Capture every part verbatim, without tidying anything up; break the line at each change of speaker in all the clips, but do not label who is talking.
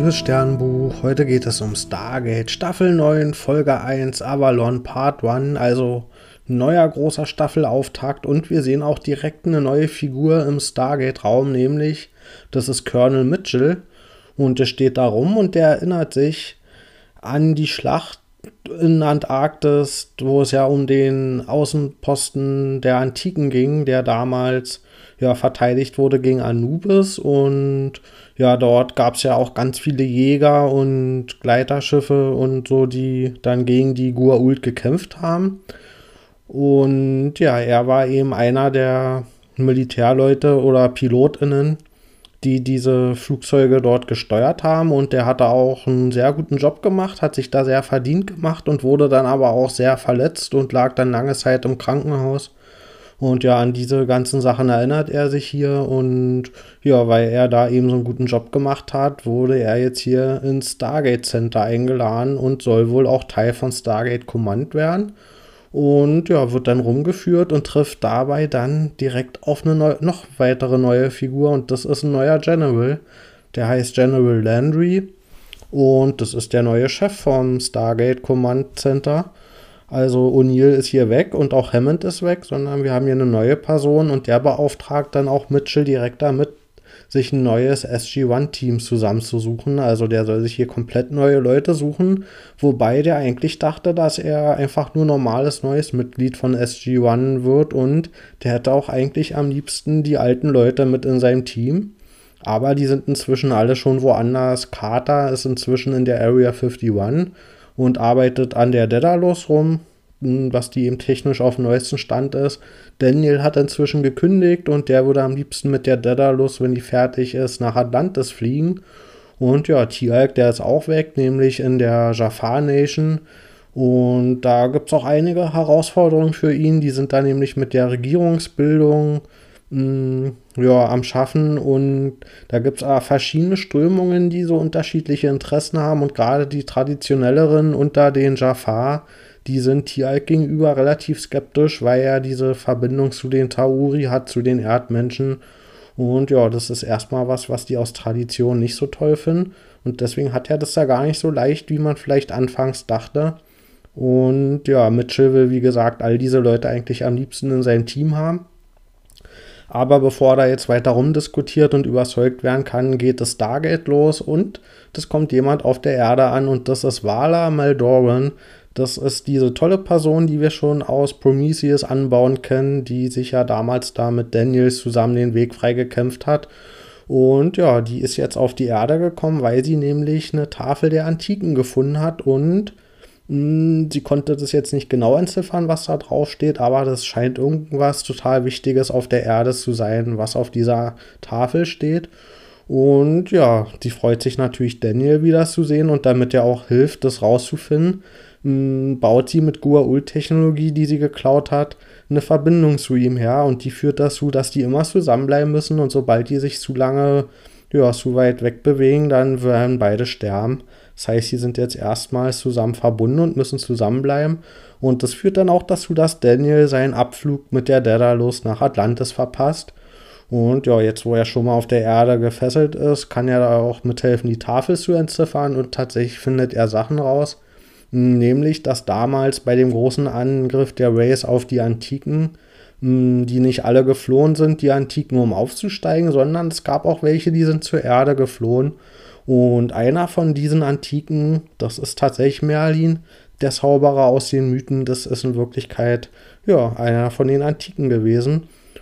liebes Sternbuch, heute geht es um Stargate Staffel neun, Folge eins, Avalon Part eins, also neuer großer Staffelauftakt, und wir sehen auch direkt eine neue Figur im Stargate-Raum, nämlich das ist Colonel Mitchell, und der steht da rum und der erinnert sich an die Schlacht in Antarktis, wo es ja um den Außenposten der Antiken ging, der damals ja verteidigt wurde gegen Anubis, und ja, dort gab es ja auch ganz viele Jäger und Gleiterschiffe und so, die dann gegen die Goa'uld gekämpft haben. Und ja, er war eben einer der Militärleute oder PilotInnen, die diese Flugzeuge dort gesteuert haben, und der hatte auch einen sehr guten Job gemacht, hat sich da sehr verdient gemacht und wurde dann aber auch sehr verletzt und lag dann lange Zeit im Krankenhaus. Und ja, an diese ganzen Sachen erinnert er sich hier, und ja, weil er da eben so einen guten Job gemacht hat, wurde er jetzt hier ins Stargate Center eingeladen und soll wohl auch Teil von Stargate Command werden. Und ja, wird dann rumgeführt und trifft dabei dann direkt auf eine neu- noch weitere neue Figur, und das ist ein neuer General. Der heißt General Landry, und das ist der neue Chef vom Stargate Command Center. Also O'Neill ist hier weg und auch Hammond ist weg, sondern wir haben hier eine neue Person, und der beauftragt dann auch Mitchell direkt damit, sich ein neues S G eins Team zusammenzusuchen. Also der soll sich hier komplett neue Leute suchen, wobei der eigentlich dachte, dass er einfach nur normales neues Mitglied von S G eins wird, und der hätte auch eigentlich am liebsten die alten Leute mit in seinem Team. Aber die sind inzwischen alle schon woanders. Carter ist inzwischen in der Area einundfünfzig und arbeitet an der Daedalus rum, was die eben technisch auf dem neuesten Stand ist. Daniel hat inzwischen gekündigt, und der würde am liebsten mit der Daedalus, wenn die fertig ist, nach Atlantis fliegen. Und ja, Tialk, der ist auch weg, nämlich in der Jafar Nation. Und da gibt es auch einige Herausforderungen für ihn. Die sind da nämlich mit der Regierungsbildung mh, ja, am Schaffen, und da gibt es verschiedene Strömungen, die so unterschiedliche Interessen haben, und gerade die traditionelleren unter den Jafar, die sind Tialk gegenüber relativ skeptisch, weil er diese Verbindung zu den Tauri hat, zu den Erdmenschen. Und ja, das ist erstmal was, was die aus Tradition nicht so toll finden. Und deswegen hat er das da gar nicht so leicht, wie man vielleicht anfangs dachte. Und ja, Mitchell will, wie gesagt, all diese Leute eigentlich am liebsten in seinem Team haben. Aber bevor da jetzt weiter rumdiskutiert und überzeugt werden kann, geht das Stargate los, und das kommt jemand auf der Erde an, und das ist Vala Maldoran. Das ist diese tolle Person, die wir schon aus Prometheus Unbound kennen, die sich ja damals da mit Daniels zusammen den Weg freigekämpft hat. Und ja, die ist jetzt auf die Erde gekommen, weil sie nämlich eine Tafel der Antiken gefunden hat, und mh, sie konnte das jetzt nicht genau entziffern, was da drauf steht, aber das scheint irgendwas total Wichtiges auf der Erde zu sein, was auf dieser Tafel steht. Und ja, sie freut sich natürlich, Daniel wiederzusehen, und damit er auch hilft, das rauszufinden, baut sie mit Goa'uld-Technologie, die sie geklaut hat, eine Verbindung zu ihm her, und die führt dazu, dass die immer zusammenbleiben müssen, und sobald die sich zu lange, ja, zu weit wegbewegen, dann werden beide sterben. Das heißt, sie sind jetzt erstmals zusammen verbunden und müssen zusammenbleiben, und das führt dann auch dazu, dass Daniel seinen Abflug mit der Daedalus nach Atlantis verpasst. Und ja, jetzt wo er schon mal auf der Erde gefesselt ist, kann er da auch mithelfen, die Tafel zu entziffern, und tatsächlich findet er Sachen raus. Nämlich, dass damals bei dem großen Angriff der Rays auf die Antiken, die nicht alle geflohen sind, die Antiken, um aufzusteigen, sondern es gab auch welche, die sind zur Erde geflohen. Und einer von diesen Antiken, das ist tatsächlich Merlin, der Zauberer aus den Mythen, das ist in Wirklichkeit ja einer von den Antiken gewesen.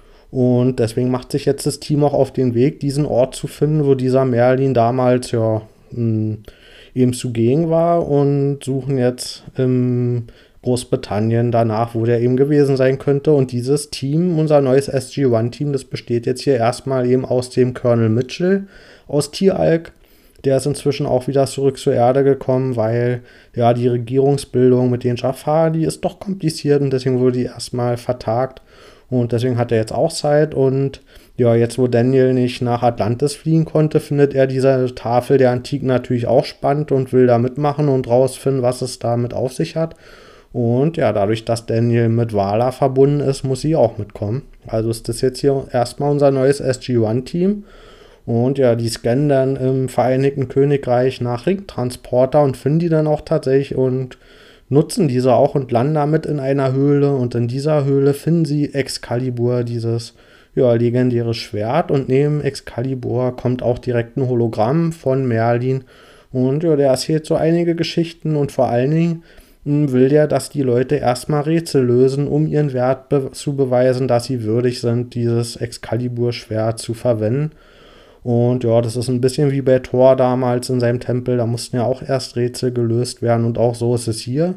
Und deswegen macht sich jetzt das Team auch auf den Weg, diesen Ort zu finden, wo dieser Merlin damals ja mh, eben zugegen war, und suchen jetzt in Großbritannien danach, wo der eben gewesen sein könnte. Und dieses Team, unser neues S G eins Team, das besteht jetzt hier erstmal eben aus dem Colonel Mitchell, aus Tialk. Der ist inzwischen auch wieder zurück zur Erde gekommen, weil ja die Regierungsbildung mit den Jafar, die ist doch kompliziert, und deswegen wurde die erstmal vertagt. Und deswegen hat er jetzt auch Zeit, und ja, jetzt wo Daniel nicht nach Atlantis fliegen konnte, findet er diese Tafel der Antiken natürlich auch spannend und will da mitmachen und rausfinden, was es damit auf sich hat. Und ja, dadurch, dass Daniel mit Vala verbunden ist, muss sie auch mitkommen. Also ist das jetzt hier erstmal unser neues S G eins Team. Und ja, die scannen dann im Vereinigten Königreich nach Ringtransporter und finden die dann auch tatsächlich und nutzen diese auch und landen damit in einer Höhle. Und in dieser Höhle finden sie Excalibur, dieses ja, legendäre Schwert. Und neben Excalibur kommt auch direkt ein Hologramm von Merlin. Und ja, der erzählt so einige Geschichten und vor allen Dingen mh, will der, dass die Leute erstmal Rätsel lösen, um ihren Wert be zu beweisen, dass sie würdig sind, dieses Excalibur-Schwert zu verwenden. Und ja, das ist ein bisschen wie bei Thor damals in seinem Tempel. Da mussten ja auch erst Rätsel gelöst werden und auch so ist es hier.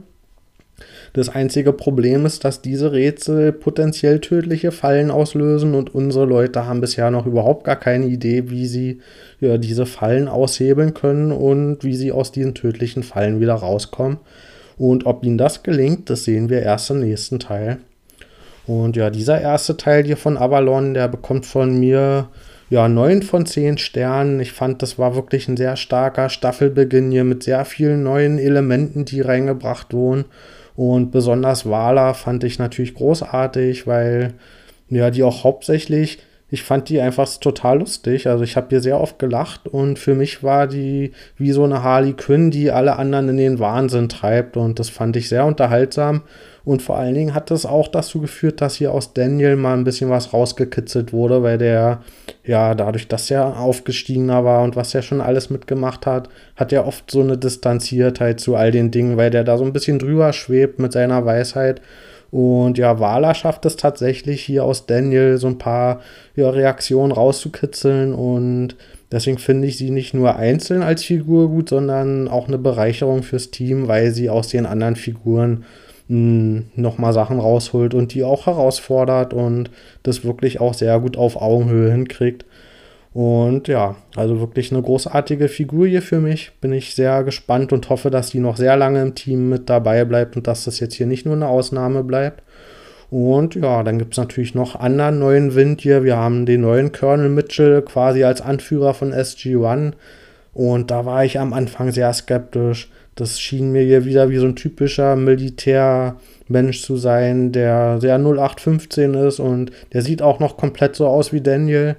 Das einzige Problem ist, dass diese Rätsel potenziell tödliche Fallen auslösen und unsere Leute haben bisher noch überhaupt gar keine Idee, wie sie ja, diese Fallen aushebeln können und wie sie aus diesen tödlichen Fallen wieder rauskommen. Und ob ihnen das gelingt, das sehen wir erst im nächsten Teil. Und ja, dieser erste Teil hier von Avalon, der bekommt von mir ja neun von zehn Sternen. Ich fand, das war wirklich ein sehr starker Staffelbeginn hier mit sehr vielen neuen Elementen, die reingebracht wurden. Und besonders Vala fand ich natürlich großartig, weil ja, die auch hauptsächlich, ich fand die einfach total lustig. Also ich habe hier sehr oft gelacht und für mich war die wie so eine Harley Quinn, die alle anderen in den Wahnsinn treibt und das fand ich sehr unterhaltsam. Und vor allen Dingen hat das auch dazu geführt, dass hier aus Daniel mal ein bisschen was rausgekitzelt wurde, weil der, ja, dadurch, dass er aufgestiegener war und was er schon alles mitgemacht hat, hat er oft so eine Distanziertheit zu all den Dingen, weil der da so ein bisschen drüber schwebt mit seiner Weisheit. Und ja, Vala schafft es tatsächlich, hier aus Daniel so ein paar ja, Reaktionen rauszukitzeln und deswegen finde ich sie nicht nur einzeln als Figur gut, sondern auch eine Bereicherung fürs Team, weil sie aus den anderen Figuren nochmal Sachen rausholt und die auch herausfordert und das wirklich auch sehr gut auf Augenhöhe hinkriegt. Und ja, also wirklich eine großartige Figur hier für mich. Bin ich sehr gespannt und hoffe, dass die noch sehr lange im Team mit dabei bleibt und dass das jetzt hier nicht nur eine Ausnahme bleibt. Und ja, dann gibt es natürlich noch anderen neuen Wind hier. Wir haben den neuen Colonel Mitchell quasi als Anführer von S G eins. Und da war ich am Anfang sehr skeptisch. Das schien mir hier wieder wie so ein typischer Militärmensch zu sein, der sehr null acht fünfzehn ist und der sieht auch noch komplett so aus wie Daniel.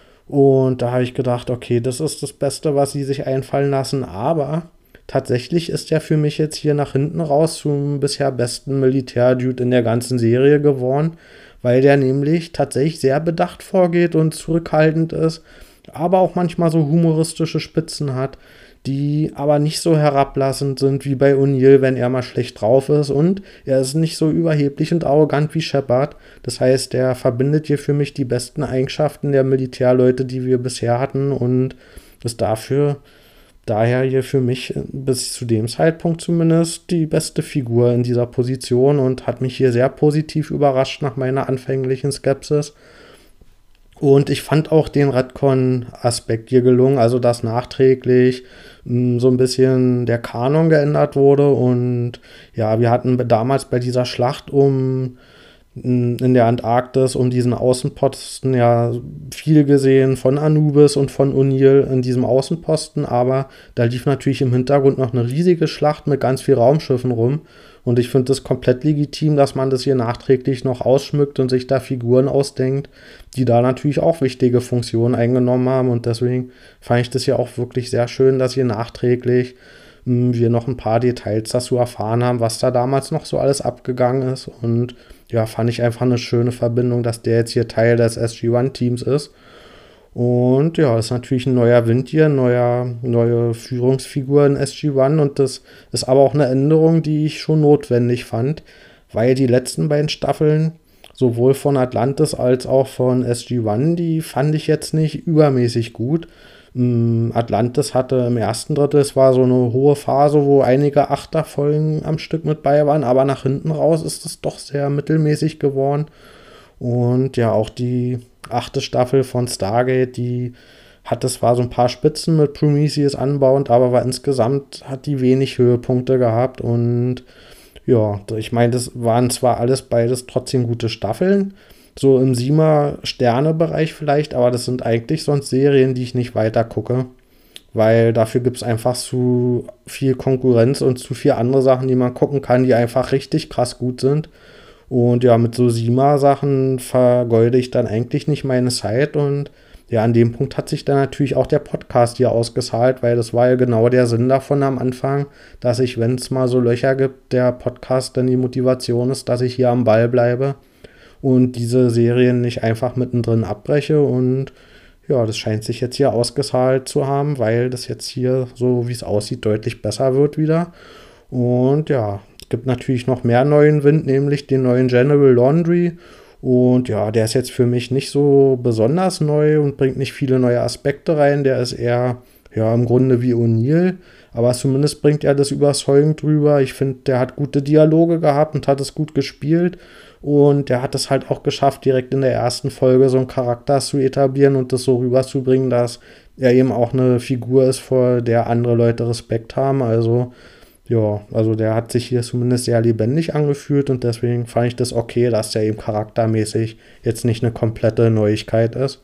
Und da habe ich gedacht, okay, das ist das Beste, was sie sich einfallen lassen. Aber tatsächlich ist der für mich jetzt hier nach hinten raus zum bisher besten Militärdude in der ganzen Serie geworden, weil der nämlich tatsächlich sehr bedacht vorgeht und zurückhaltend ist, aber auch manchmal so humoristische Spitzen hat, die aber nicht so herablassend sind wie bei O'Neill, wenn er mal schlecht drauf ist. Und er ist nicht so überheblich und arrogant wie Shepard. Das heißt, er verbindet hier für mich die besten Eigenschaften der Militärleute, die wir bisher hatten und ist dafür daher hier für mich bis zu dem Zeitpunkt zumindest die beste Figur in dieser Position und hat mich hier sehr positiv überrascht nach meiner anfänglichen Skepsis. Und ich fand auch den Retcon-Aspekt hier gelungen, also dass nachträglich mh, so ein bisschen der Kanon geändert wurde. Und ja, wir hatten damals bei dieser Schlacht um mh, in der Antarktis, um diesen Außenposten ja viel gesehen von Anubis und von O'Neill in diesem Außenposten. Aber da lief natürlich im Hintergrund noch eine riesige Schlacht mit ganz vielen Raumschiffen rum. Und ich finde es komplett legitim, dass man das hier nachträglich noch ausschmückt und sich da Figuren ausdenkt, die da natürlich auch wichtige Funktionen eingenommen haben. Und deswegen fand ich das ja auch wirklich sehr schön, dass hier nachträglich mh, wir noch ein paar Details dazu erfahren haben, was da damals noch so alles abgegangen ist. Und ja, fand ich einfach eine schöne Verbindung, dass der jetzt hier Teil des S G eins Teams ist. Und ja, ist natürlich ein neuer Wind hier, ein neuer, neue Führungsfigur in S G eins und das ist aber auch eine Änderung, die ich schon notwendig fand, weil die letzten beiden Staffeln, sowohl von Atlantis als auch von S G eins, die fand ich jetzt nicht übermäßig gut. Atlantis hatte im ersten Drittel, es war so eine hohe Phase, wo einige Achterfolgen am Stück mit bei waren, aber nach hinten raus ist es doch sehr mittelmäßig geworden. Und ja, auch die achte Staffel von Stargate, die hat zwar so ein paar Spitzen mit Prometheus anbauend, aber war insgesamt hat die wenig Höhepunkte gehabt und ja, ich meine, das waren zwar alles beides trotzdem gute Staffeln, so im Siemer-Sterne-Bereich vielleicht, aber das sind eigentlich sonst Serien, die ich nicht weiter gucke, weil dafür gibt es einfach zu viel Konkurrenz und zu viele andere Sachen, die man gucken kann, die einfach richtig krass gut sind. Und ja, mit so Sima-Sachen vergeude ich dann eigentlich nicht meine Zeit und ja, an dem Punkt hat sich dann natürlich auch der Podcast hier ausgezahlt, weil das war ja genau der Sinn davon am Anfang, dass ich, wenn es mal so Löcher gibt, der Podcast dann die Motivation ist, dass ich hier am Ball bleibe und diese Serien nicht einfach mittendrin abbreche. Und ja, das scheint sich jetzt hier ausgezahlt zu haben, weil das jetzt hier, so wie es aussieht, deutlich besser wird wieder. Und ja, es gibt natürlich noch mehr neuen Wind, nämlich den neuen General Laundry. Und ja, der ist jetzt für mich nicht so besonders neu und bringt nicht viele neue Aspekte rein. Der ist eher, ja, im Grunde wie O'Neill. Aber zumindest bringt er das überzeugend drüber. Ich finde, der hat gute Dialoge gehabt und hat es gut gespielt. Und der hat es halt auch geschafft, direkt in der ersten Folge so einen Charakter zu etablieren und das so rüberzubringen, dass er eben auch eine Figur ist, vor der andere Leute Respekt haben. Also ja, also der hat sich hier zumindest sehr lebendig angefühlt und deswegen fand ich das okay, dass der eben charaktermäßig jetzt nicht eine komplette Neuigkeit ist.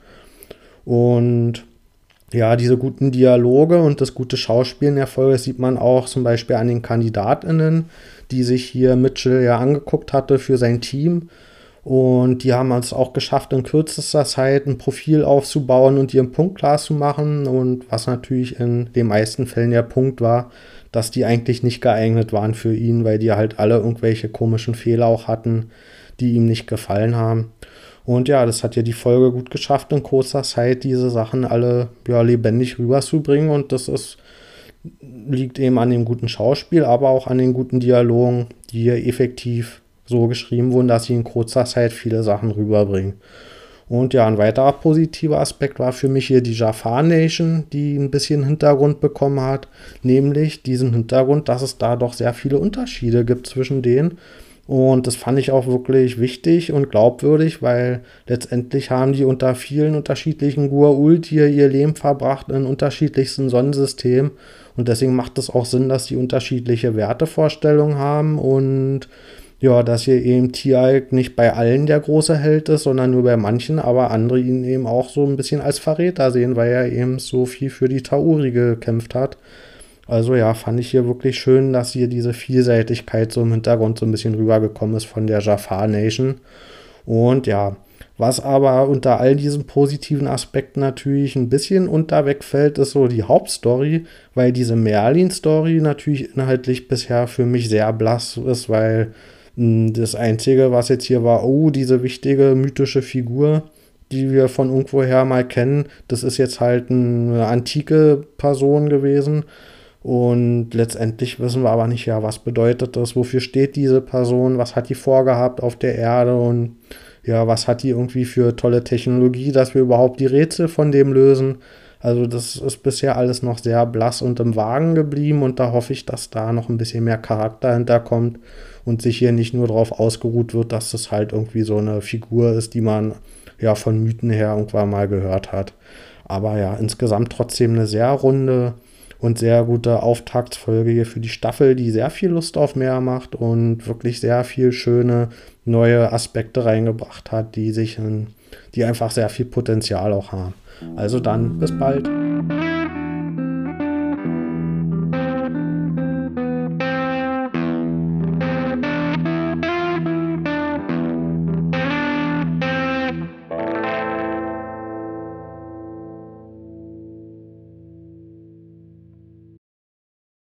Und ja, diese guten Dialoge und das gute Schauspiel in der Folge sieht man auch zum Beispiel an den KandidatInnen, die sich hier Mitchell ja angeguckt hatte für sein Team. Und die haben es auch geschafft, in kürzester Zeit ein Profil aufzubauen und ihren Punkt klar zu machen. Und was natürlich in den meisten Fällen der Punkt war, dass die eigentlich nicht geeignet waren für ihn, weil die halt alle irgendwelche komischen Fehler auch hatten, die ihm nicht gefallen haben. Und ja, das hat ja die Folge gut geschafft, in kurzer Zeit diese Sachen alle ja, lebendig rüberzubringen. Und das ist, liegt eben an dem guten Schauspiel, aber auch an den guten Dialogen, die hier effektiv so geschrieben wurden, dass sie in kurzer Zeit viele Sachen rüberbringen. Und ja, ein weiterer positiver Aspekt war für mich hier die Jafar Nation, die ein bisschen Hintergrund bekommen hat, nämlich diesen Hintergrund, dass es da doch sehr viele Unterschiede gibt zwischen denen. Und das fand ich auch wirklich wichtig und glaubwürdig, weil letztendlich haben die unter vielen unterschiedlichen Goa'uld hier ihr Leben verbracht in unterschiedlichsten Sonnensystemen. Und deswegen macht es auch Sinn, dass die unterschiedliche Wertevorstellungen haben und ja, dass hier eben Tialk nicht bei allen der große Held ist, sondern nur bei manchen, aber andere ihn eben auch so ein bisschen als Verräter sehen, weil er eben so viel für die Tauri gekämpft hat. Also ja, fand ich hier wirklich schön, dass hier diese Vielseitigkeit so im Hintergrund so ein bisschen rübergekommen ist von der Jafar Nation. Und ja, was aber unter all diesen positiven Aspekten natürlich ein bisschen unter wegfällt, ist so die Hauptstory, weil diese Merlin-Story natürlich inhaltlich bisher für mich sehr blass ist, weil mh, das Einzige, was jetzt hier war, oh, diese wichtige mythische Figur, die wir von irgendwoher mal kennen, das ist jetzt halt eine antike Person gewesen. Und letztendlich wissen wir aber nicht, ja, was bedeutet das, wofür steht diese Person, was hat die vorgehabt auf der Erde und ja, was hat die irgendwie für tolle Technologie, dass wir überhaupt die Rätsel von dem lösen. Also das ist bisher alles noch sehr blass und im Wagen geblieben und da hoffe ich, dass da noch ein bisschen mehr Charakter hinterkommt und sich hier nicht nur darauf ausgeruht wird, dass das halt irgendwie so eine Figur ist, die man ja von Mythen her irgendwann mal gehört hat. Aber ja, insgesamt trotzdem eine sehr runde und sehr gute Auftaktsfolge hier für die Staffel, die sehr viel Lust auf mehr macht und wirklich sehr viel schöne neue Aspekte reingebracht hat, die sich, in, die einfach sehr viel Potenzial auch haben. Also dann, bis bald.